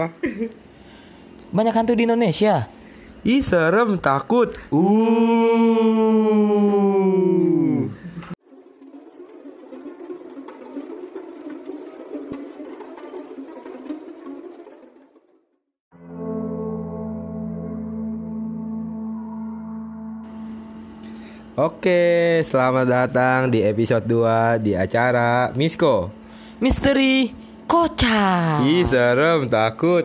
Banyak hantu di Indonesia. Ih serem, takut. Oke, selamat datang di episode 2 di acara Misko. Misteri kocak. Ih serem, takut.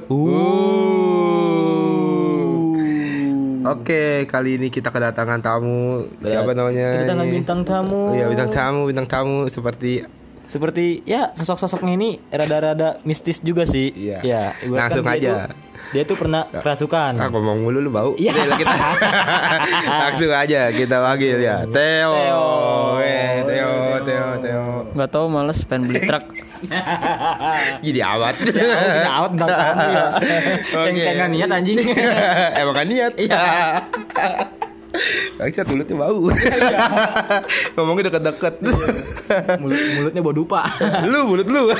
Oke, kali ini kita kedatangan tamu. Siapa namanya? Kedatangan bintang tamu. Iya, bintang tamu seperti ya sosok-sosoknya ini rada-rada mistis juga sih. Iya. Ya, Langsung aja. Dia tuh pernah kerasukan. ngomong mulu lu bau. Iya. Udah, kita langsung aja kita panggil ya. Theo. Theo. Gak tau, males pengen beli truk. Jadi awat. Tidak awet bintang tamu ya. Oke. Kayak nggak niat anjing. Emang kan niat. Iya. Bangsat mulutnya bau. Ngomongnya deket-deket. Mulutnya bau dupa. Mulut lu.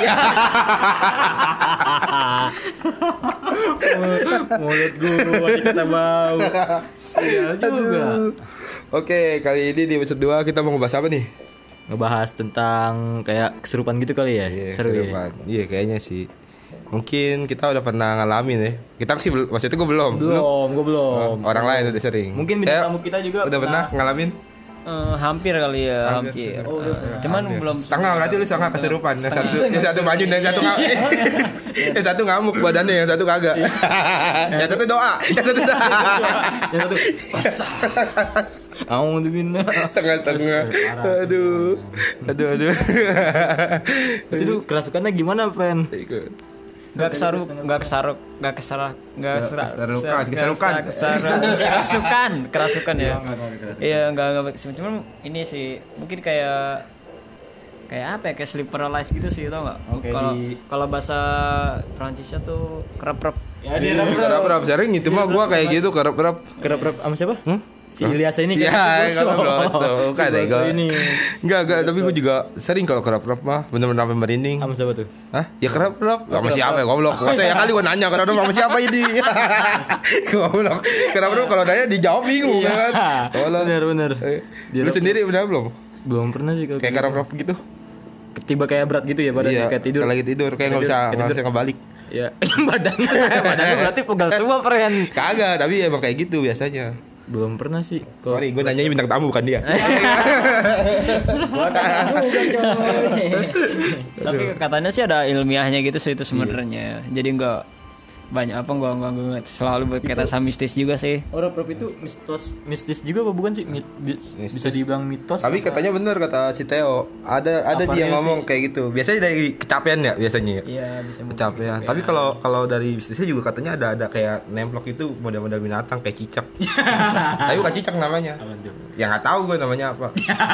Mulut guru kita bau. Sial juga. Oke, kali ini di episode 2 kita mau ngebahas apa nih? Ngebahas tentang kayak kesurupan gitu kali ya. Seru ya. Kesurupan. Iya, kayaknya sih. Mungkin kita udah pernah ngalamin ya. Kita sih maksudnya gue belum. Gue belum. Orang lain udah sering. Mungkin bintang tamu kita juga udah pernah ngalamin? Hampir kali ya, hampir. Cuman belum. Setengah berarti lu setengah kesurupan. Yang satu maju dan yang satu ngamuk. Yang satu ngamuk badannya, yang satu kagak. Yang satu doa. Yang satu pasah. Alhamdulillah. Setengah. Aduh. Itu kerasukannya gimana, friend? Kerasukan ya. Iya, enggak cuman ini sih mungkin kayak apa ya, kayak sleep paralysis gitu sih, tau enggak? Kalau bahasa Prancisnya tuh kerap-kerap. Ya, dia Kerap-kerap sering itu mah gua kayak gitu kerap-kerap sama siapa? Si Ilyas ini ya, kalau bukan deh gua. Ini. Enggak, tapi gua juga sering kalau kerap-kerap mah bener-bener sampai merinding. Sama siapa tuh? Hah? Ya kerap-kerap. Sama siapa ya, goblok. Masa ya kali gua nanya kerap-kerap sama siapa ini. Goblok. Kerap-kerap kalau nanya dijawab bingung kan. Bener. Lu sendiri udah belum? Belum pernah sih kalau Kayak kerap-kerap gitu. tiba kayak berat gitu ya badannya, kayak tidur. Kayak lagi tidur, kayak enggak bisa ngebalik. Ya, badan berarti pegal semua, friend. Kagak, tapi emang kayak gitu biasanya. Belum pernah sih. Sorry, gue nanyanya bintang tamu bukan dia. Tapi katanya sih ada ilmiahnya gitu sih itu sebenarnya. Jadi enggak banyak enggak selalu berkaitan sama mistis juga sih. Orang itu mistis juga apa bukan sih? Bisa dibilang mitos. Tapi katanya bener kata si Theo. Ada dia yang ngomong kayak gitu. Biasanya dari kecapean ya biasanya. Iya, bisa kecapean. Tapi kalau dari mistisnya juga katanya ada kayak nemplok itu model-model binatang kayak cicak. Tapi bukan cicak namanya. Ya nggak tahu gue namanya apa.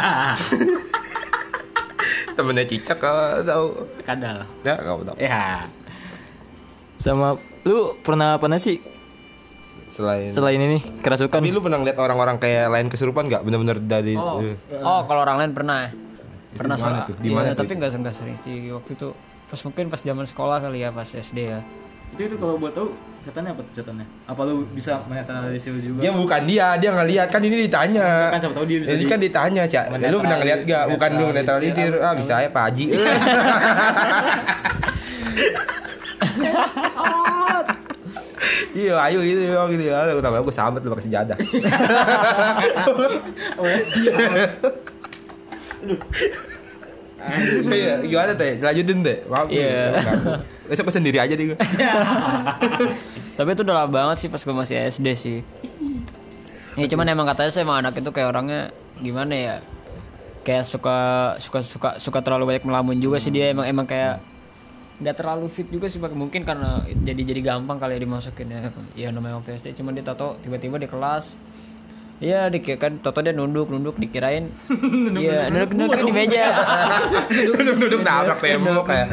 Temennya cicak kalau tahu. Kadal. Ya nggak tahu. Ya. Sama lu pernah sih selain ini kerasukan? Tapi lu pernah lihat orang-orang kayak lain kesurupan nggak? Bener-bener dari kalau orang lain pernah salah. Di mana tuh? Tapi nggak sering sih waktu itu. Mungkin pas zaman sekolah kali ya, pas SD ya. Itu kalau buat tahu setannya apa tuh setannya? Apa lu bisa menetralisir juga? Ya bukan dia ngelihat, kan ini ditanya. Kan siapa tahu dia bisa. Ini kan ditanya, Cak. Lu pernah ngeliat gak? Bukan lu netralisir. Bisa aja Pak Haji. Iya, ayo gitu ya. Lu tambah gue sahabat lu pakai sejadah. Iya, gimana teh? Lanjutin deh. Maaf. Iya. Besok gue sendiri aja deh gue. Tapi itu udah lama banget sih pas gue masih SD sih. Ya cuman emang katanya sih emang anak itu kayak orangnya gimana ya? Kayak suka terlalu banyak melamun juga sih dia, emang kayak nggak terlalu fit juga sih, mungkin karena jadi gampang kali ya dimasukin ya namanya waktu SD. Cuman dia tato tiba-tiba di kelas Iya, kan Toto dia nunduk dikirain. Iya, nunduk di meja. Nunduk nabrak tembok kayak.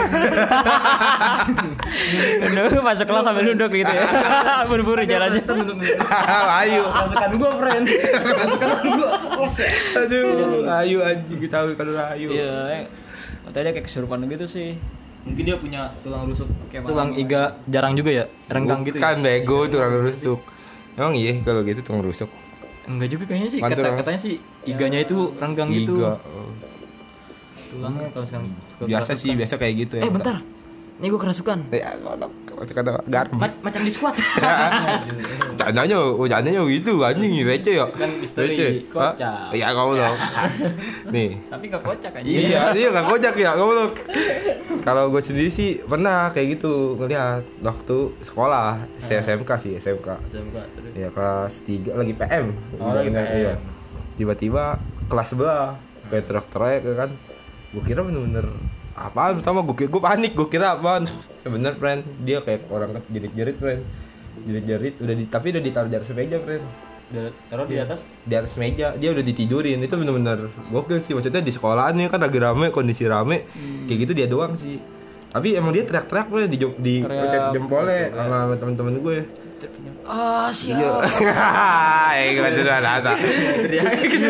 Nunduk masuk kelas sambil nunduk gitu ya. Buru-buru jalannya. Ayo. Masukan gua, friend. Masukan gua. Aduh, ayo anjing kita kalau ayo. Iya. Katanya dia kayak kesurupan gitu sih. Mungkin dia punya tulang rusuk kayak Tulang iga jarang juga ya, renggang gitu Bukan ya. bego tulang rusuk. Emang iya kalau gitu tulang rusuk. Enggak juga kayaknya sih, Mantul, katanya sih iganya itu renggang gitu. Iga. Oh. Tulangnya kalau sekarang suka Biasa sih, biasa kayak gitu ya. bentar. Ini gue kerasukan. Ya, kata garam. Macam di squat. Candanya gitu anjing receh ya. Kan misteri kocak. Iya kamu loh. Nih. Tapi gak kocak aja. Iya nggak kocak ya kamu loh. Kalau gue sendiri sih pernah kayak gitu ngeliat waktu sekolah, SMK sih SMK. SMK terus. Ya kelas 3 lagi PM. Oh, lagi PM. Iya. Tiba-tiba kelas sebelah kayak teriak-teriak ya kan. Gue kira bener-bener apaan pertama gue panik, gue kira apaan. Sebenernya friend dia kayak orang jerit-jerit friend. Jerit-jerit tapi udah ditaruh di atas meja friend. Taruh di atas. Di atas meja dia udah ditidurin. Itu bener-bener gokil sih, maksudnya di sekolahannya kan lagi rame, kondisi rame kayak gitu dia doang sih. Tapi emang dia teriak-teriak friend di pencet jempolnya sama temen-temen gue. Siap. Iya. Gimana tuh ada. Teriak gitu.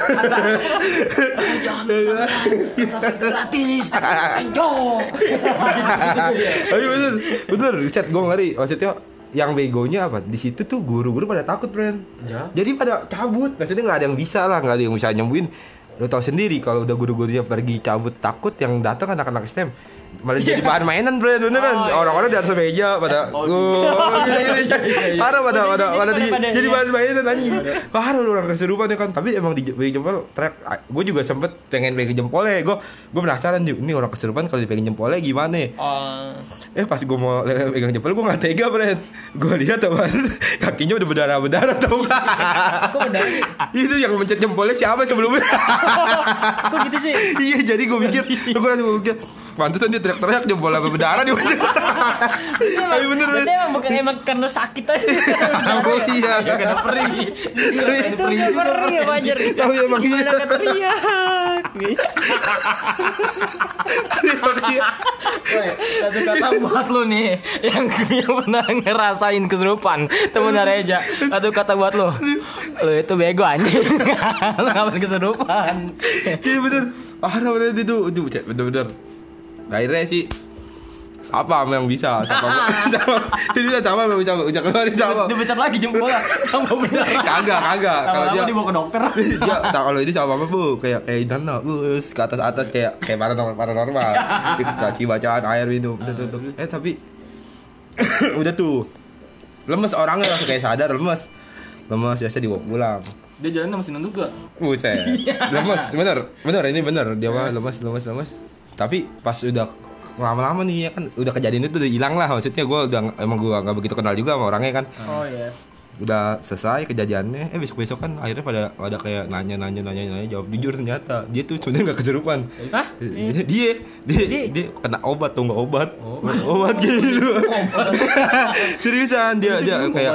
Jangan gratis. Enjoy. Tapi bener, chat gue ngeri. Maksudnya yang begonya apa? Di situ tuh guru-guru pada takut, friend. Ya. Jadi pada cabut. Maksudnya nggak ada yang bisa lah, nggak ada yang bisa nyembuhin. Lo tau sendiri kalau udah guru-gurunya pergi cabut takut, yang datang anak-anak STEM malah jadi bahan mainan, friend, beneran. Orang-orang di atas meja pada gini. Parah pada jadi bahan mainan anjing. Parah lu orang keserupan ya kan. Tapi emang di jempol track gue juga sempet pengen pegang jempolnya. Gue penasaran ini orang keserupan kalau dipegang jempolnya gimana. Pas gue mau pegang jempolnya gue enggak tega, friend. Gue lihat apa kakinya udah berdarah-berdarah tau enggak? Kok berdarah? Itu yang mencet jempolnya siapa sebelumnya? Kok gitu sih? Iya, jadi gue mikir, pantesan dia teriak-teriak jempolnya berdarah di wajah. Tapi bener. Berarti emang karena sakit aja. Oh iya. Ya kena perih. Itu udah perih ya wajar. Tapi emang iya. Gimana kata teriak. Satu kata buat lu nih yang pernah ngerasain kesurupan temen Reja. Satu kata buat lu. Lu itu bego anjing. Lu ngapain kesurupan? Iya bener. Parah bener itu bener-bener. Akhirnya sih siapa yang bisa? Ini bisa siapa yang bisa ucap keluar siapa? Dipecat lagi jempolnya. Tambah berdarah. Kagak. Kalau dia dibawa ke dokter. dia kalau ini sama apa bu kayak Dana bu ke atas kayak paranormal dikasih bacaan air minum udah tuh tapi udah tuh lemes orangnya langsung kayak sadar lemes biasa dibawa pulang. Dia jalan masih nunduk gak? Buset. Lemes bener ini bener dia mah lemes tapi pas udah lama-lama nih ya kan udah kejadian itu udah hilang lah, maksudnya gue nggak begitu kenal juga sama orangnya kan. Oh iya. Udah selesai kejadiannya, besok kan akhirnya pada kayak nanya jawab jujur ternyata dia tuh sebenarnya nggak kesurupan. Hah? Dia kena obat tuh nggak obat gitu. Seriusan dia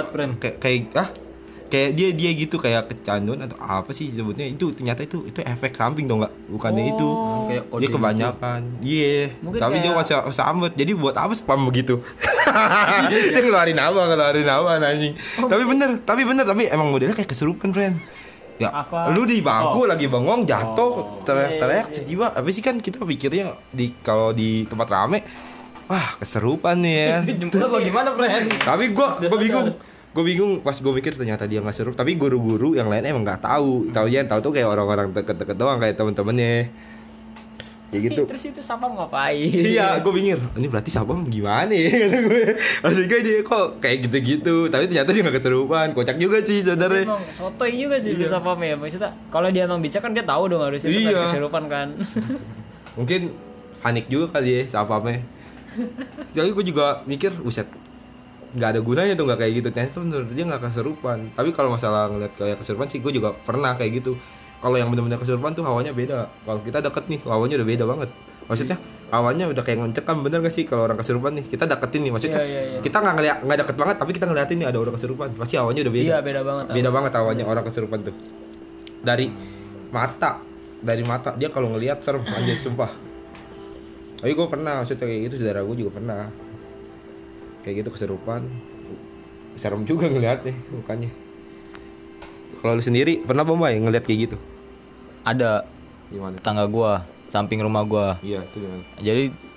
kayak dia gitu kayak kecanduan atau apa sih sebutnya itu ternyata itu efek samping dong nggak bukannya itu kayak dia kebanyakan tapi dia nggak sambet jadi buat apa spam begitu dia ngeluarin apa anjing tapi emang modelnya kayak kesurupan friend ya Apa? lu di bangku lagi bengong jatuh teriak setiba apa sih kan kita pikirnya kalau di tempat rame wah keserupan nih ya Jempolnya gimana, friend? tapi gue bingung pas gue mikir ternyata dia nggak seru tapi guru-guru yang lain emang nggak tahu tuh kayak orang-orang deket-deket doang kayak temen-temennya kayak gitu. Terus itu Sapam ngapain? Iya gue bingung ini berarti Sapam gimana ya kata gue maksudnya dia kok kayak gitu-gitu tapi ternyata dia nggak keserupan kocak juga sih saudara. Emang sotoy juga sih Sapam ya maksudnya kalau dia emang bisa kan dia tahu dong harusnya itu kan keserupan kan. Mungkin panik juga kali ya Sapamnya. Jadi gue juga mikir buset nggak ada gunanya tuh nggak kayak gitu ternyata menurut dia nggak kesurupan tapi kalau masalah ngeliat kayak kesurupan sih gue juga pernah kayak gitu kalau yang benar-benar kesurupan tuh hawanya beda kalau kita deket nih hawanya udah beda banget maksudnya hawanya udah kayak ngencekam bener gak sih kalau orang kesurupan nih kita deketin nih maksudnya kita nggak deket banget tapi kita ngeliatin nih ada orang kesurupan pasti hawanya udah beda beda banget hawanya orang kesurupan tuh dari mata dia kalau ngelihat serem aja sumpah tapi gue pernah maksudnya kayak gitu saudara gue juga pernah kayak gitu keserupan serem juga ngeliatnya mukanya. Kalau lu sendiri pernah Bombay ngeliat kayak gitu? Ada Gimana? tetangga gua samping rumah gua. Iya, itu gimana? Jadi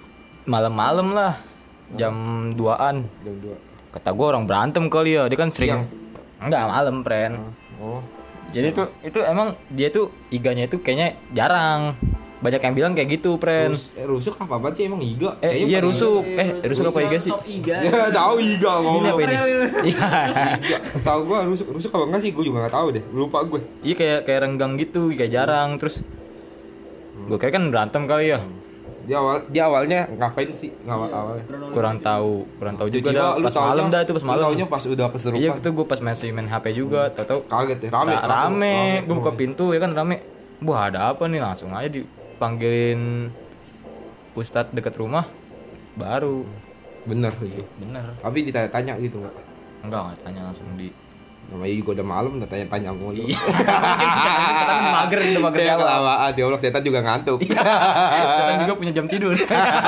malam-malam lah. Jam 2-an. Jam 2. Kata gue orang berantem kali ya. Dia kan sering. Siang? Enggak, malam, Pren. Oh. Jadi itu emang dia tuh iganya itu kayaknya jarang. Banyak yang bilang kayak gitu, Pren. Rusuk apa sih emang iga? Iya rusuk. Rusuk apa iga sih? Sok iga. Ya tahu iga Ini ngomong. apa ini? Iya. Tahu gua rusuk apa enggak sih? Gua juga enggak tahu deh. Lupa gue. Iya kayak renggang gitu, kayak jarang. Terus gue kira kan berantem kali ya. Dia awalnya ngapain sih? Awalnya. Kurang tahu juga Tiba-tiba dah. lu Pas taunya- malam dah itu pas lu malam. taunya pas udah kesurupan. Iya itu gue pas masih main HP juga. Tahu-tahu Kaget ya, rame. rame. Gue buka rame. pintu ya kan rame. Wah ada apa nih, langsung aja dipanggilin Ustadz deket rumah. Baru Bener itu. bener. Tapi ditanya-tanya gitu enggak? Enggak tanya langsung di. Namanya juga udah malam, udah tanya-tanya mulu. Iya. Setan mager udah mager Ya jawab. kelamaan, ya Allah setan juga ngantuk. Setan juga punya jam tidur.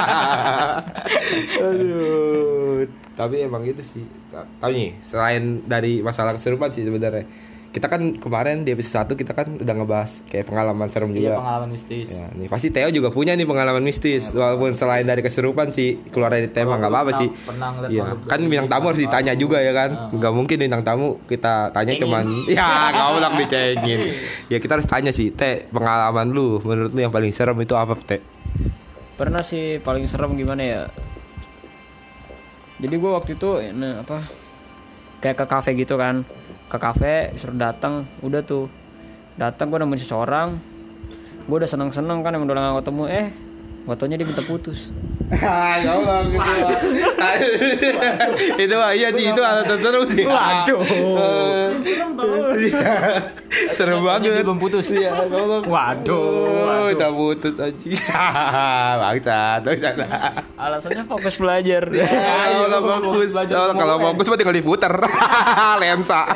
Aduh. Tapi emang gitu sih. Tapi nih, selain dari masalah kesurupan sih sebenarnya. Kita kan kemarin di episode 1 kita kan udah ngebahas kayak pengalaman serem Iya juga. pengalaman mistis. Ya, nih pasti Theo juga punya nih pengalaman mistis. Walaupun selain dari kesurupan sih keluar dari tema nggak apa-apa sih. Pernah ngeliat Iya, makhluk kan bintang tamu harus ditanya juga ya kan. Nggak mungkin bintang tamu kita tanya cuman ya goblok dicengin. Ya kita harus tanya sih, Teh, pengalaman lu menurut lu yang paling serem itu apa, Teh? Pernah sih paling serem gimana ya? Jadi gue waktu itu kayak ke kafe gitu kan. Ke kafe disuruh datang, udah tuh. Datang gue nemuin seseorang. Gue udah seneng-seneng kan emang udah lama ketemu, gak taunya dia minta putus. Ya Allah gitu. Itu mah iya sih, itu alasan seru sih. Waduh. Iya. Serem banget. Dia belum putus. Iya, Allah. Waduh. Udah putus aja. Bangsat. Alasannya fokus belajar. Ya Allah bagus. Kalau bagus mah tinggal diputer. Lensa.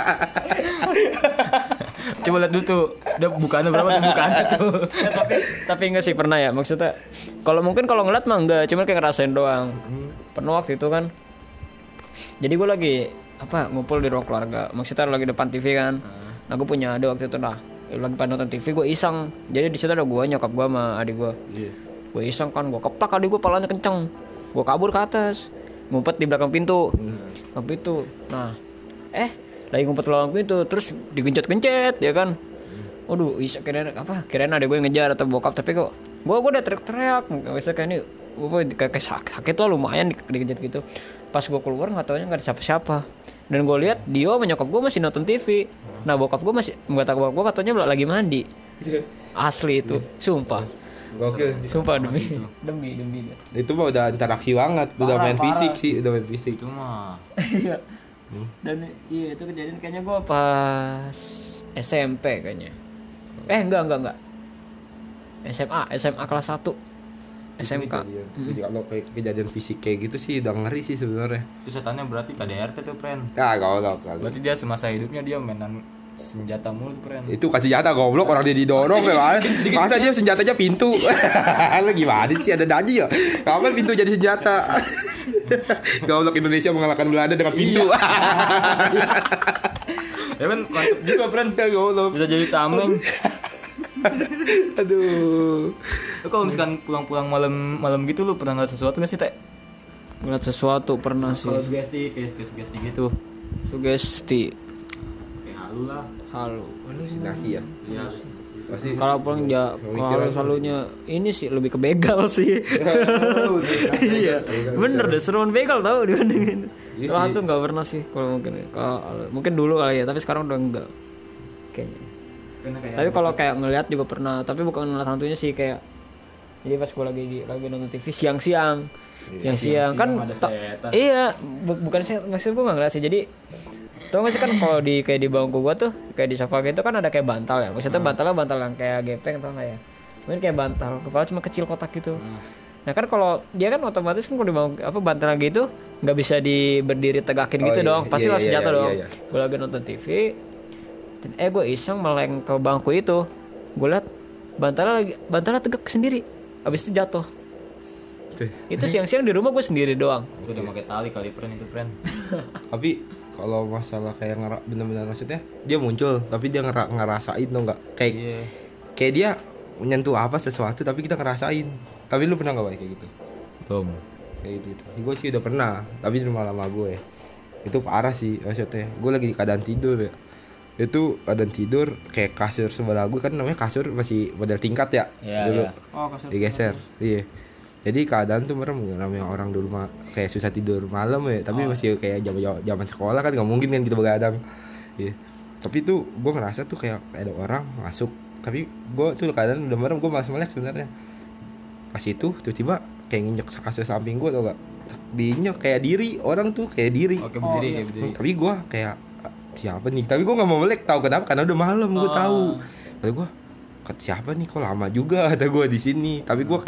Coba lihat dulu tuh. Udah bukannya berapa tuh bukannya tuh. Tapi enggak sih pernah ya, maksudnya kalau ngeliat mah enggak, cuma kayak ngerasain doang. Pernah waktu itu kan, jadi gue lagi ngumpul di ruang keluarga, maksudnya lagi depan TV kan. Nah gue punya ada waktu itu lagi pada nonton TV, gue iseng. Jadi di situ ada gue, nyokap gue sama adik gue. Gue iseng kan, gue keplak adik gue, palanya kenceng. Gue kabur ke atas, ngumpet di belakang pintu. Nah lagi ngumpet di belakang pintu, terus digencet-gencet ya kan. Waduh, kirain ada gue yang ngejar atau bokap, tapi kok gue udah teriak-teriak, misalnya kayak ini gue kayak sakit lah lumayan dikejar gitu. Pas gue keluar nggak taunya nggak ada siapa-siapa, dan gue lihat Dio sama nyokap gue masih nonton TV. Nah bokap gue katanya lagi mandi. Asli itu, sumpah demi. Itu mah udah interaksi banget, udah main fisik sih, udah main fisik. Itu mah. Iya. Dan iya itu kejadian kayaknya gue pas SMP kayaknya. Enggak. SMA kelas 1. SMK. Jadi kalau kayak kejadian fisik kayak gitu sih udah ngeri sih sebenarnya. Itu setannya berarti KDRT tuh, Pren. Ya goblok kali. Berarti dia semasa hidupnya dia mainan senjata mulu, Pren. Itu kan senjata goblok, orang dia didorong ya. Masa dia senjatanya pintu. Lu gimana sih, ada daji ya? Kapan pintu jadi senjata? Goblok, Indonesia mengalahkan Belanda dengan pintu. Ya kan mantep juga, Pren. Ya goblok. Bisa jadi tameng. Aduh. Lu kalau misalkan pulang-pulang malam gitu lu pernah ngeliat sesuatu nggak sih, Teh? Ngeliat sesuatu pernah sih. Kalau sugesti gitu. Sugesti. Kayak halu lah. Halo. Halusinasi ya. Iya. Pasti. Kalau pulang kalau selalunya ini sih lebih ke begal sih. Iya. Bener deh, seruan begal tau dibandingin. Iya Kalau sih. hantu nggak pernah sih. Kalau mungkin dulu kali ya, tapi sekarang udah enggak. Kayaknya. Tapi kalau kayak ngelihat juga pernah, tapi bukan ngeliat hantunya sih, kayak jadi pas gue lagi nonton TV siang-siang kan ada setan. iya bukan sih, maksud gue nggak ngeliat sih. Jadi tau gak sih kan kalau di kayak di bangku gua tuh kayak di sofa gitu kan ada kayak bantal ya, maksudnya bantal yang kayak gepeng tau gak ya, mungkin kayak bantal kepala cuma kecil kotak gitu. Nah kan kalau dia kan otomatis kan kalau di bangku bantal gitu nggak bisa berdiri tegakin gitu dong, pasti langsung jatuh dong. Gue lagi nonton TV dan gue iseng meleng ke bangku itu, gue liat bantalnya tegak sendiri, abis itu jatuh. Itu siang-siang di rumah gue sendiri doang. Itu udah pakai tali kali, Pren. Tapi kalau masalah kayak benar-benar maksudnya dia muncul tapi dia ngerasain tuh nggak kayak dia menyentuh apa sesuatu tapi kita ngerasain. Tapi lu pernah nggak kayak gitu? Belum. kayak gitu. Gue sih udah pernah, tapi di rumah lama gue. Itu parah sih maksudnya. Gue lagi di keadaan tidur ya. Itu keadaan tidur kayak kasur sebelah gue kan namanya kasur masih model tingkat ya. Iya, Dulu iya. Oh, kasur. digeser. Iya. Jadi keadaan tuh merem namanya orang dulu mah kayak susah tidur malam ya, tapi masih kayak zaman sekolah kan nggak mungkin kan kita begadang. Iya. Tapi tuh gue ngerasa tuh kayak ada orang masuk, tapi gue tuh keadaan udah merem, gue malas melek sebenarnya. Pas itu tiba-tiba kayak nginjek kasur samping gue tau gak, diinjek kayak diri orang tuh kayak diri. Oke, berdiri kayak berdiri. Tapi gue kayak siapa nih, tapi gue nggak mau melek, tahu kenapa, karena udah malam gue tahu. Kata gue siapa nih, kok lama juga kata gue di sini. Tapi gue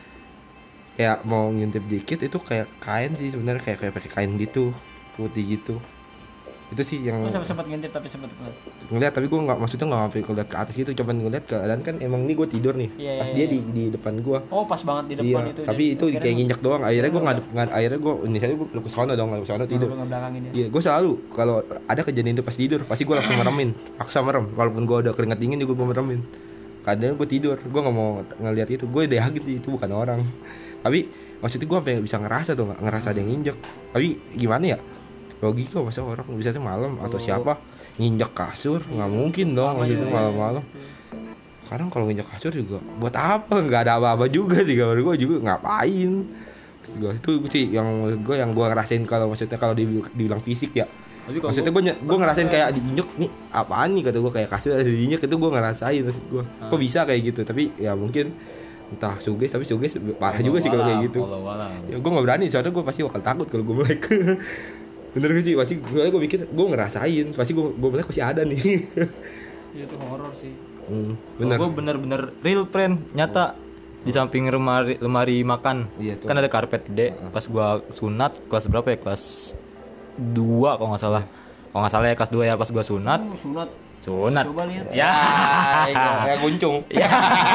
kayak mau ngintip dikit, itu kayak kain sih sebenarnya, kayak pakai kain gitu putih gitu. Itu sih yang Oh, sempat ngintip tapi sempat ngeliat, tapi gue nggak, maksudnya nggak sampai ngeliat ke atas gitu, cuman ngeliat keadaan kan emang ini gue tidur nih, Iya, pas iya, dia iya. di depan gue. Oh, pas banget di depan Iya, itu. tapi itu kayak nginjek doang. Akhirnya gue akhirnya gue inisialnya gue ke sono dong, ke sono tidur. ngebelakangin ya. Iya, gue selalu kalau ada kejadian itu pas tidur, pasti gue langsung meremin, paksa merem. Walaupun gue udah keringat dingin juga gue meremin. Kadang gue tidur, gue nggak mau ngeliat itu, gue udah yakin sih itu bukan orang. Tapi maksudnya gue sampai bisa ngerasa tuh, nggak ngerasa ada yang nginjek. Tapi gimana ya? Logika masa orang bisa tuh malam atau siapa nginjek kasur, nggak mungkin dong maksudnya malam-malam. Sekarang kalau nginjek kasur juga buat apa? Nggak ada apa-apa juga di kamar gue juga, ngapain? Maksud gue itu sih yang menurut gue yang gue ngerasain, kalau maksudnya kalau dibilang fisik ya. Tapi kalau Maksudnya gue ngerasain kayak diinjek nih, apaan nih kata gue, kayak kasur ada diinjek, itu gue ngerasain maksud gue. Kok bisa kayak gitu? Tapi ya mungkin entah suges, tapi suges parah juga sih kalau kayak gitu. Ya gue nggak berani, soalnya gue pasti bakal takut kalau gue melek. Bener gak sih? Pasti gue mikir, gue ngerasain, pasti gue melek pasti ada nih. Itu horor sih. Bener. Gue bener-bener real friend, nyata di samping lemari makan. Iya, tuh. Kan ada karpet gede. Pas gua sunat kelas berapa ya? Kelas 2 kalau nggak salah. Kalau nggak salah ya kelas 2 ya, pas gua sunat. Sunat. Coba lihat. Ya. Ya guncung. Ya.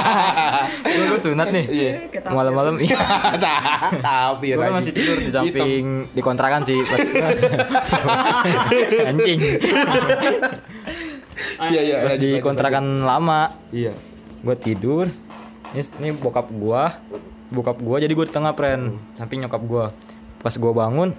Gua sunat nih. Iya. Malam-malam. Iya. Tapi Gua kan masih tidur di samping di kontrakan sih pas anjing. Iya, iya. Pas di kontrakan lama. Iya. Gue tidur, ini bokap gua jadi gue di tengah friend, samping nyokap gua. Pas gua bangun,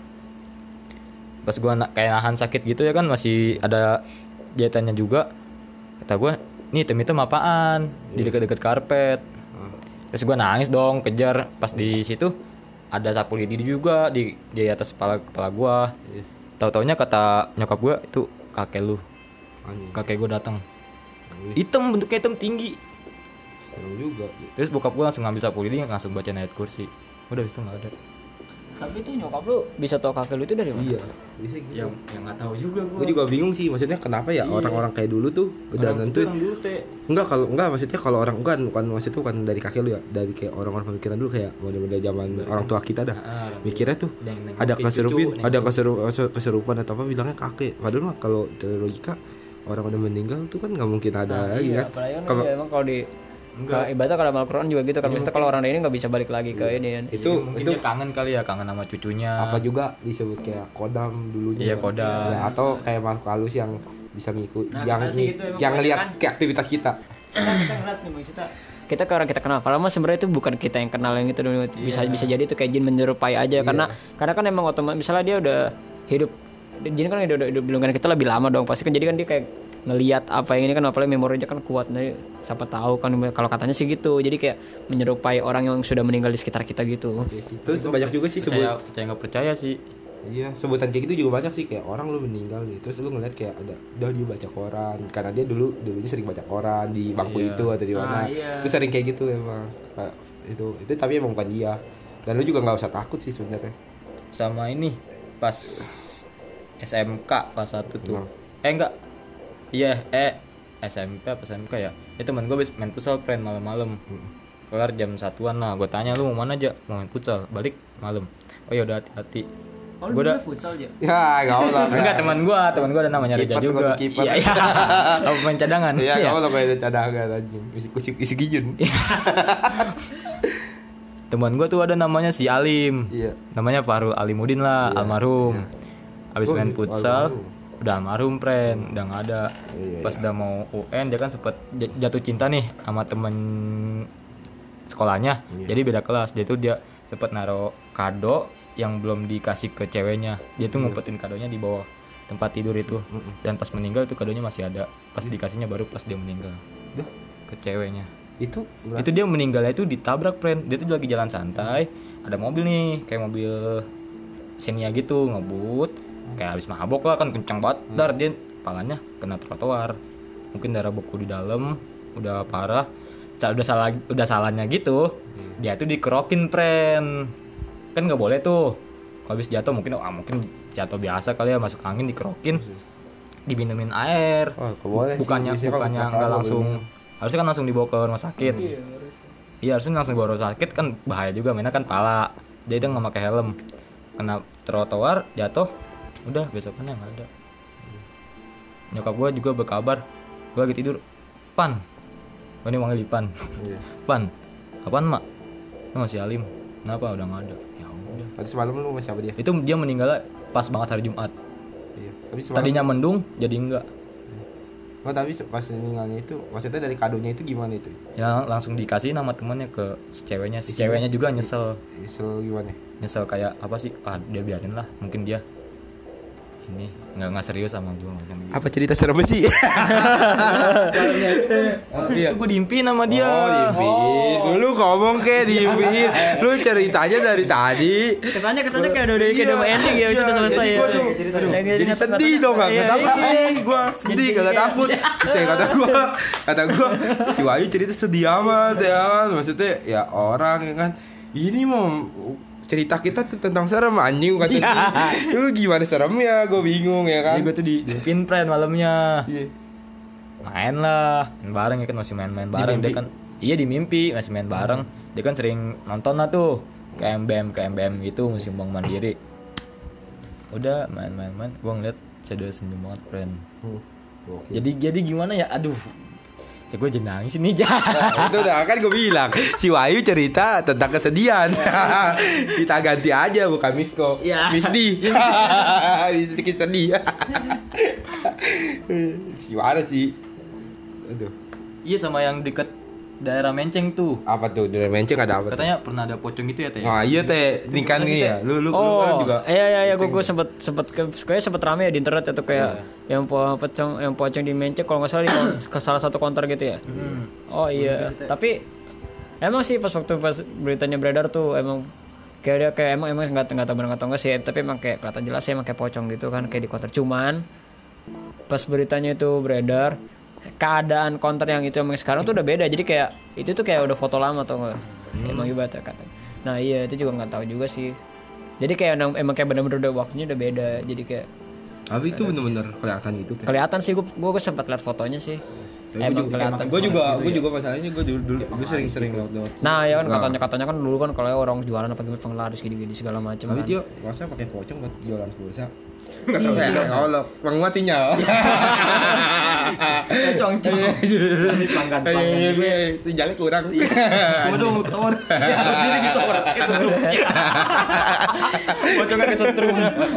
pas gua kayak nahan sakit gitu ya kan, masih ada jahitannya juga. Kata gua, nih hitam apaan di dekat-dekat karpet. Terus gua nangis dong, kejar. Pas di situ ada sapu lidi juga di atas kepala gua. Tahu-taunya kata nyokap gua, itu kakek lu. Kakek gua datang. Hitam, bentuknya hitam tinggi. Seru juga. Terus bokap gue langsung ngambil sapu lidi, langsung bacain ayat kursi. Udah habis itu nggak ada. Tapi tuh nyokap lu bisa tau kakek lu itu dari mana? Iya. Bisa gitu. Yang nggak tahu juga gue. Gue juga bingung sih, maksudnya kenapa ya orang-orang kayak dulu tuh udah nentuin. Enggak maksudnya kalau orang bukan maksudnya tuh kan dari kakek lu ya, dari kayak orang-orang pemikiran dulu kayak model-model zaman orang tua kita dah. Mikirnya tuh ada keserupaan atau apa bilangnya kakek. Padahal mah kalau dari logika orang udah meninggal tuh kan nggak mungkin ada lagi Iya, kan. apalagi kan emang kalau di ibaratnya kalau Al-Quran juga gitu kan, maksudnya kalau orang ini nggak bisa balik lagi ke ini kan. Itu mungkin dia kangen kali ya, kangen sama cucunya. apa juga disebut kayak kodam dulunya. Iya, kodam. Ya, atau kayak makhluk halus yang bisa ngikut Nah, yang kita sih gitu emang yang ngelihat kebanyakan. ke aktivitas kita. Kita ngeliat nih maksudnya kita ke orang kita kenal, padahal mah sebenarnya itu bukan kita yang kenal yang itu dulu. Bisa jadi itu kayak jin menyerupai aja karena kan emang otomatis misalnya dia udah hidup, jin kan udah hidup di lingkungan kita lebih lama dong pasti kan, jadi kan dia kayak ngelihat apa yang ini kan, apalagi memorinya kan kuat, nah, siapa tahu kan kalau katanya sih gitu, jadi kayak menyerupai orang yang sudah meninggal di sekitar kita gitu. Terus banyak juga sih percaya nggak percaya sih. Iya, sebutan kayak gitu juga banyak sih, kayak orang lu meninggal nih, terus lu ngeliat kayak ada dia baca koran, karena dia dulunya sering baca koran di bangku itu atau di mana. Itu sering kayak gitu emang. Kayak itu tapi emang bukan dia. Dan lu juga nggak usah takut sih sebenarnya. Sama ini pas SMK kelas 1 tuh. Enggak. Iya, SMP apa SMK ya? Teman gue habis main futsal friend malam-malam. Kelar jam 1-an lah, gue tanya lu mau mana aja? Mau main futsal, balik malam. Oh ya udah hati-hati. Oh, Gue udah futsal aja. Ya, enggak usah. enggak, teman gue ada namanya Reja Kiper, juga. kiper. Iya, iya. Apa main cadangan? Iya, enggak usah main cadangan anjing. Isi gijun. Teman gue tuh ada namanya si Alim. Iya. Namanya Farul Alimudin lah, almarhum. Habis main futsal, udah almarhum friend, udah nggak ada. Pas udah mau UN dia kan sempet jatuh cinta nih sama temen sekolahnya. Jadi beda kelas. Dia tuh sempet naro kado yang belum dikasih ke ceweknya. Dia tuh ngumpetin kadonya di bawah tempat tidur itu. Dan pas meninggal itu kadonya masih ada. Pas dikasihnya baru pas dia meninggal Duh, ke ceweknya. itu Itu dia meninggalnya itu ditabrak, friend. Dia tuh lagi jalan santai, ada mobil nih, kayak mobil Xenia gitu, ngebut. Kayak habis mabok lah kan, kencang banget. Dar dia palanya kena trotoar. Mungkin darah beku di dalam, udah parah. Udah salahnya gitu. Dia tuh dikerokin, friend. Kan nggak boleh tuh. Kalau habis jatuh mungkin jatuh biasa kali ya, masuk angin dikerokin. Diminumin air. oh, boleh bukannya nggak langsung, harusnya kan langsung dibawa ke rumah sakit. Iya harusnya langsung dibawa ke rumah sakit, kan bahaya juga, mainnya kan pala, jadi dia nggak pakai helm, kena trotoar jatuh, udah besokannya nggak ada. Nyokap gue juga berkabar, gue lagi tidur, Pan, gue nih manggil Pan, Pan, apaan mak? Lu masih Alim, kenapa udah nggak ada? Ya udah. Tadi semalam lu sama siapa dia? Itu dia meninggalnya pas banget hari Jumat. Iya. Tapi semalam Tadinya mendung, jadi enggak. oh, tapi pas meninggalnya itu maksudnya dari kadonya itu gimana itu? Ya langsung dikasih nama temannya ke si ceweknya. Si ceweknya juga nyesel Gimana? nyesel kayak apa sih, dia biarin lah, mungkin dia ini nggak serius sama gue gitu. Apa cerita seremnya sih? Itu gue diimpiin sama dia. Oh, diimpiin. Lu ngomong kayak diimpiin. Lu ceritanya dari tadi. Kesannya kayak udah mau ending ya, sudah selesai Jadi ya. gua tuh jadi sedih dong, enggak takut ini gua. Sedih kagak takut. Saya kata gua si Wahyu cerita sedih amat ya kan. Maksudnya ya orang ya kan. Ini mau cerita kita tuh tentang serem anjing bukan tentang lu gimana seremnya, gue bingung ya kan. Jadi gue tuh diimpiin, friend, malamnya Iya. main bareng ya kan, masih main bareng dia kan. Iya di mimpi masih main bareng. Dia kan sering nonton lah tuh ke MBM gitu, musim Bank Mandiri. Udah main gue ngeliat saya senyum banget, friend. Jadi gimana ya, aduh ya gue jadi nangis ini. Nah, itu udah kan gue bilang si Wahyu cerita tentang kesedihan. Kita ganti aja bukan Misko. Ya. Misdi. Sedikit sedih. Gimana sih? Aduh. Iya sama yang deket daerah Menceng tuh. Apa tuh? Dari Menceng ada apa? Katanya pernah ada pocong gitu ya, Teh? Wah, iya Teh. Ini kan nih ya. Lu kan juga. Iya, gue sempet rame ya di internet itu kayak yang pocong di Menceng kalau nggak salah ke salah satu konter gitu ya. Oh iya, tapi emang sih pas beritanya beredar tuh emang kayak dia kayak emang nggak tahu benar atau enggak sih, tapi emang kayak kelihatan jelas sih emang kayak pocong gitu kan, kayak di konter. Cuman pas beritanya itu beredar, keadaan konter yang itu emang sekarang tuh udah beda, jadi kayak itu tuh kayak udah foto lama atau enggak. Emang hebat ya kata. Nah iya itu juga nggak tahu juga sih, jadi kayak emang kayak bener-bener udah waktunya udah beda, jadi kayak Tapi itu bener-bener kelihatan gitu Teh. kelihatan sih, gue sempat lihat fotonya sih. Emang kelihatan. Gue juga masalahnya gue dulu sering lewat. Nah ya kan katanya kan dulu kan kalau orang jualan apa gimana penglaris gini segala macam Tapi kan. dia masa pakai pocong buat jualan pulsa. Enggak tahu ya. Kalau penguatinya. Cong-cong. Ini pelanggan gue. Sejalnya kurang. Coba dong lu ketahuan. Ya, berdiri gitu orang kesetrum. Pocongnya kesetrum.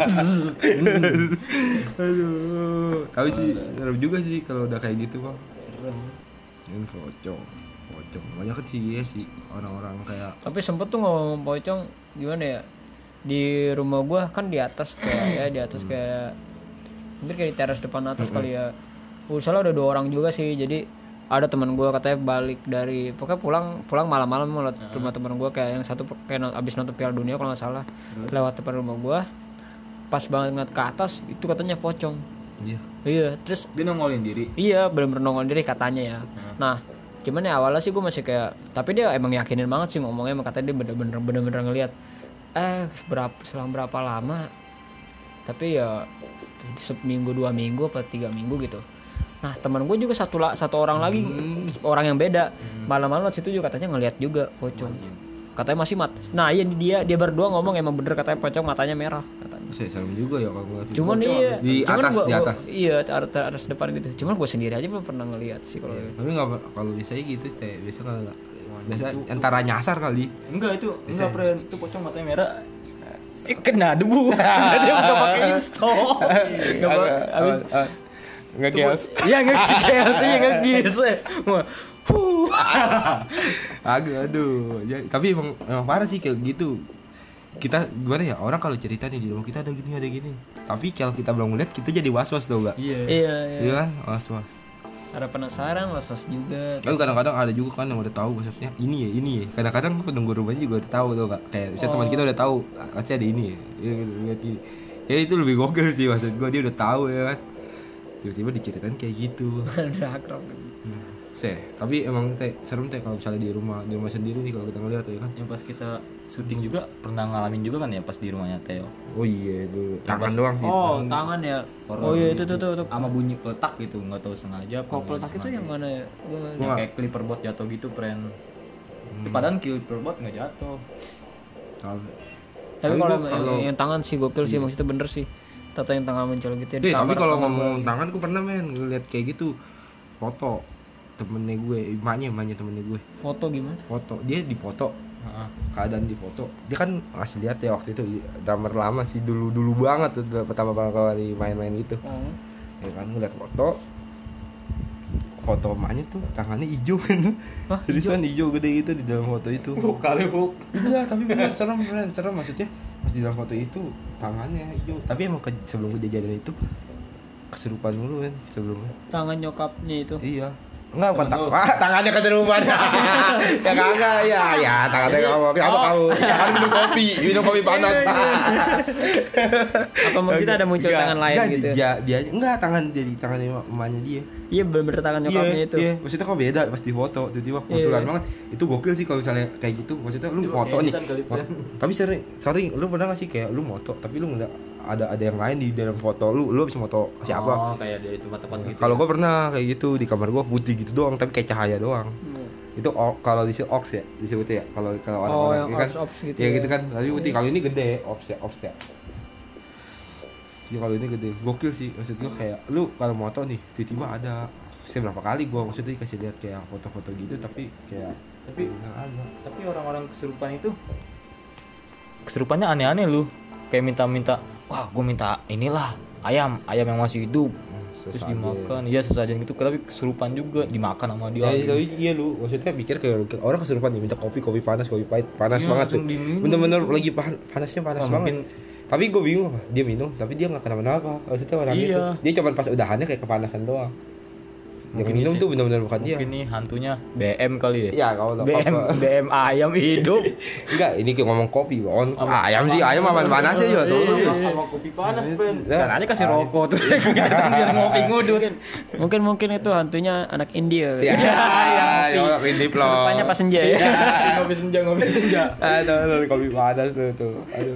Aduh. Tapi sih serem juga sih kalau udah kayak gitu, Bang. Serem. Ini pocong. Banyak kan sih ya sih orang-orang kayak. Tapi sempet tuh ngomong pocong gimana ya, di rumah gua kan di atas kayak ya di atas kayak mungkin kayak di teras depan atas kali ya. Salah udah 2 orang juga sih. Jadi ada teman gua katanya balik dari pokoknya pulang malam-malam lewat rumah teman gua, kayak yang satu kayak abis nonton Piala Dunia kalau nggak salah, lewat depan rumah gua pas banget ngeliat ke atas itu katanya pocong. Iya terus Dia nongolin diri. iya bener-bener nongol diri katanya ya. Nah cuman ya awalnya sih gue masih kayak, tapi dia emang yakinin banget sih ngomongnya, emang katanya dia bener-bener ngelihat selang berapa lama, tapi ya seminggu 2 minggu apa 3 minggu gitu. Nah teman gue juga satu orang lagi, orang yang beda, malam-malam situ juga katanya ngelihat juga pocong, katanya masih Nah iya dia berdua ngomong emang bener katanya pocong matanya merah katanya. Saya serem juga ya kalau ngeliat Cuman pocong iya di atas. Iya atas depan gitu. Cuman gue sendiri aja belum pernah ngelihat sih kalau gitu. Tapi nggak, kalau biasanya gitu Teh. Biasa kalau biasa antara nyasar kali. Enggak friend, itu pocong matanya merah. Kena debu. Dia udah pakai install. Nge-chaos. Iya nge-chaos, iya nge-chaos. Wah. Aduh. Ya, tapi emang parah sih kayak gitu. Kita gimana ya, orang kalau cerita nih di rumah kita ada gini. Tapi kalau kita belum ngeliat kita jadi was-was tau gak? Iya. Iya kan? Was-was. Ada penasaran, was-was juga. Lalu kadang-kadang ada juga kan yang udah tahu maksudnya ini ya. Kadang-kadang penunggu rumahnya juga udah tahu tuh kak. Kayak misalnya teman kita udah tahu pasti ada ini ya. Ya lihat ini. Ya itu lebih gokil sih maksud gue, dia udah tahu ya kan. Tiba-tiba diceritain kayak gitu. Udah akrab. Tapi emang serem kalau misalnya di rumah sendiri nih kalau kita ngeliat ya kan. Yang pas kita syuting juga pernah ngalamin juga kan ya pas di rumahnya Theo. Oh iya dulu. Tangan doang sih. Oh, tangan ya. Oh iya itu tuh. Sama bunyi peletak gitu, nggak tahu sengaja. Kok peletak itu yang mana ya? Yang kayak clipperboard jatuh gitu, friend. Padahal clipperboard nggak jatuh. Tapi kalau yang tangan sih gokil sih, maksudnya bener sih. Tata yang tangan muncul gitu ya. Tapi kalau ngomong tangan gue pernah ngeliat kayak gitu. Foto temennya gue, emaknya temennya gue. Foto gimana? Foto, dia dipoto. Keadaan di foto. Dia kan masih lihat ya waktu itu drummer lama sih, dulu banget tuh pertama kali main-main itu. Ya kan ngeliat foto emaknya tuh tangannya hijau kan. Seriusan hijau gede gitu di dalam foto itu. Kali Iya, tapi bener serem maksudnya. Pas di dalam foto itu tangannya hijau. Tapi emang sebelum kejadian itu kesurupan dulu kan sebelumnya. Tangan nyokapnya itu. Iya. Enggak, bukan tangannya keserupan. Ya kagak, ya tangannya kamu. Apa kamu? Ya kan minum kopi panas. Apa maksudnya ada muncul tangan lain gitu? Ya, dia enggak tangan emaknya dia. Iya, bener tangan nyokapnya itu. Iya, maksudnya kok beda pas di foto, tiba-tiba kebetulan banget. Itu gokil sih kalau misalnya kayak gitu. Maksudnya lu foto nih. Tapi sering lu pernah enggak sih kayak lu foto tapi lu enggak ada yang lain di dalam foto lu bisa foto siapa? Oh, kayak di tempat-tempat gitu. Kalau gue pernah kayak gitu di kamar gue putih gitu doang, tapi kayak cahaya doang. Itu kalau di ox ya disebutnya ya. Kalau orang-orang yang kan ops gitu ya gitu kan. Tapi putih. Kalau ini gede ox ya. Jadi kalau ini gede, gokil sih. Maksud gue kayak lu kalau moto nih tiba-tiba ada. Saya berapa kali gue maksudnya dikasih lihat kayak foto-foto gitu tapi kayak nggak ada. Tapi orang-orang kesurupan itu kesurupannya aneh-aneh lu. Kayak minta-minta, wah gue minta inilah ayam yang masih hidup. Terus dimakan, iya sesajen gitu, tapi kesurupan juga dimakan sama dia. Ya, iya lu, maksudnya mikir kayak orang kesurupan nih minta kopi panas, kopi pahit panas banget tuh. Bener-bener lagi panasnya panas banget. Tapi gue bingung apa, dia minum tapi dia nggak kenapa-napa. Maksudnya orang itu, dia cuma pas udahannya kayak kepanasan doang. Yang minum tuh benar-benar bukan dia. Mungkin nih hantunya BM kali ya. Iya, kalau BM ayam hidup. Enggak, ini kayak ngomong kopi, Bang. Ayam sih, ayam apa panasnya juga tuh. Sama kopi panas, friend. Caranya kasih rokok tuh. Biar ngopi ngudut. Mungkin itu hantunya anak India. Iya, ya, ini plong. Kesurupannya pas senja ya. Ngopi senja. Aduh, kopi panas tuh. Aduh.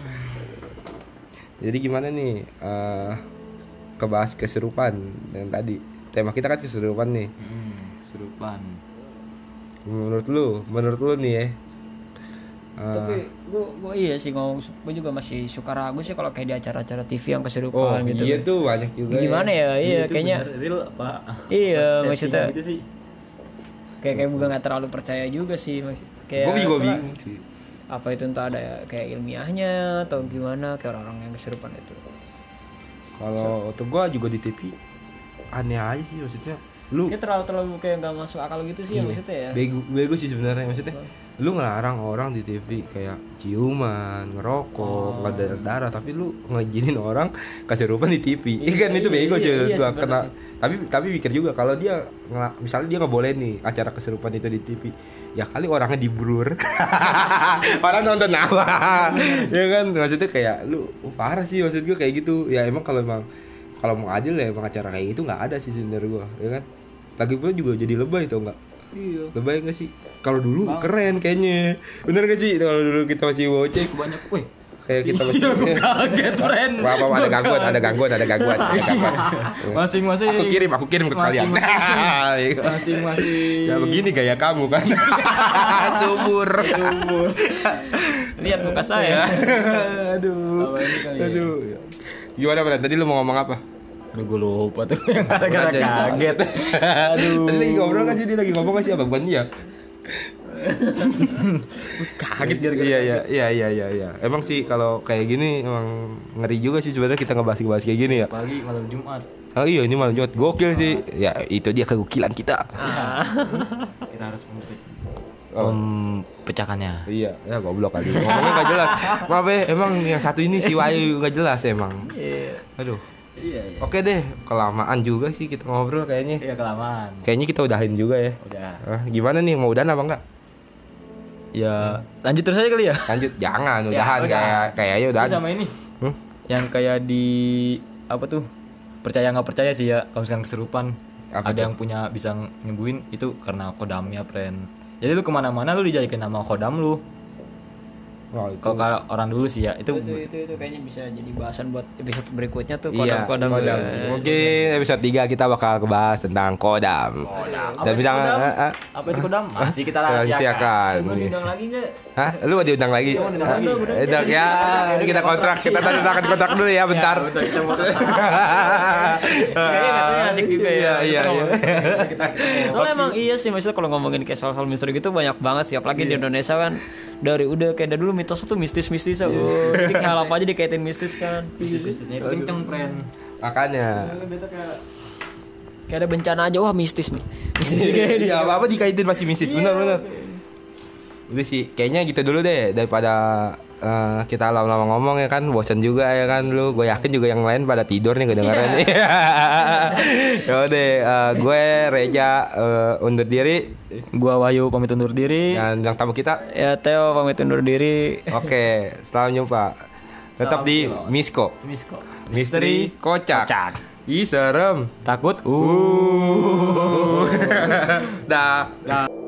Jadi gimana nih kebahas kesurupan yang tadi. Tema kita kan kesurupan nih. Kesurupan. Menurut lu nih ya. Tapi gue iya sih gue juga masih suka ragu sih kalau kayak di acara-acara TV yang kesurupan gitu. Iya tuh banyak juga. Gimana ya? Iya kayaknya real apa? Iya maksudnya gitu sih. Kayak gue nggak terlalu percaya juga sih. Kayak gue bingung sih. Apa itu entah ada kayak ilmiahnya atau gimana kayak orang-orang yang kesurupan itu. Kalau untuk gue juga di TV aneh aja sih maksudnya. Lu kayak terlalu kayak nggak masuk akal gitu sih ya maksudnya ya. Bego sih sebenarnya maksudnya. Lu ngelarang orang di TV kayak ciuman, ngerokok, nggak darah, tapi lu ngizinin orang kesurupan di TV. Iya kan itu bego sih gua kena. Tapi pikir juga kalau dia misalnya dia nggak boleh nih acara kesurupan itu di TV. Ya kali orangnya diblur. Orang nonton apa? Ya kan maksudnya kayak lu parah sih maksud gua kayak gitu. Ya emang kalau mau adil ya emang acara kayak gitu nggak ada sih sebenarnya gua, ya kan. Lagi pula juga jadi lebay tau nggak? Iya. Lebay nggak sih? Kalau dulu keren kayaknya, bener gak sih? Kalau dulu kita masih bocah, banyak, wih. Kayak kita masih kaget keren. Apa ada gangguan. Masing-masing. Aku kirim ke kalian. Masing-masing. Ya begini gaya kamu kan. Subur. Lihat muka saya. Aduh. Gimana Bran? Tadi lu mau ngomong apa? Aduh gue lupa tuh yang gara-gara kaget. Aduh. Tadi lagi ngobrol kan sih, dia lagi ngomong kan sih abang dia. Kaget gara-gara. Iya. Emang sih kalau kayak gini emang ngeri juga sih sebenarnya kita ngebahas kayak gini ya. Apalagi malam Jumat. Oh iya, ini malam Jumat gokil sih. Ya itu dia kegokilan kita. Kita harus Oh. pecahkannya. Iya, ya goblok kali. Ngomongnya enggak jelas. Maaf ya, emang yang satu ini si Wahyu enggak jelas emang. Iya. Aduh. Iya. Oke deh, kelamaan juga sih kita ngobrol kayaknya. Iya kelamaan. Kayaknya kita udahin juga ya. Udah. Gimana nih, mau udahan apa enggak? Ya lanjut terus aja kali ya. Lanjut, jangan udahan udah. kayaknya udahan. Ini sama ini. Hmm? Yang kayak di apa tuh? Percaya nggak percaya sih ya kalau misalkan kesurupan. Apa Ada tuh? yang punya bisa nyembuhin itu karena kodamnya, friend. Jadi lu kemana-mana lu dijajakin sama kodam lu. Wah, itu. Kalau orang dulu sih ya itu Itu kayaknya bisa jadi bahasan buat episode berikutnya tuh Iya, kodam-kodam. kodam. Mungkin episode 3 kita bakal ngebahas tentang kodam. Dan bilang apa itu kodam? Masih kita rahasiakan. Mau diundang lagi nggak? Hah? Lu mau diundang lagi? Udah ya, kita kontrak, kita tanda tangan kontrak dulu ya bentar. Kayaknya katanya asik juga ya. Iya. Soalnya emang iya sih, maksudnya kalau ngomongin kayak soal misteri gitu banyak banget sih, apalagi di Indonesia kan dari udah kayak dari dulu mitos tuh mistis-mistis. Jadi hal apa aja dikaitin mistis kan. Bisnisnya itu kenceng, friend. Makanya. Kayak ada bencana aja, wah mistis nih. Mistis kayak Iya, apa dikaitin masih mistis, benar. Udah sih, kayaknya gitu dulu deh daripada kita lama-lama ngomong ya kan, bosan juga ya kan lu. Gue yakin juga yang lain pada tidur nih kedengaran nih. Yaudah, gue Reja undur diri. Gua Wahyu pamit undur diri. Dan yang tamu kita, Ya Theo pamit undur diri. oke, selamat jumpa. Tetap di Misko. Misko. Misteri kocak. Ih serem. Takut? Dah.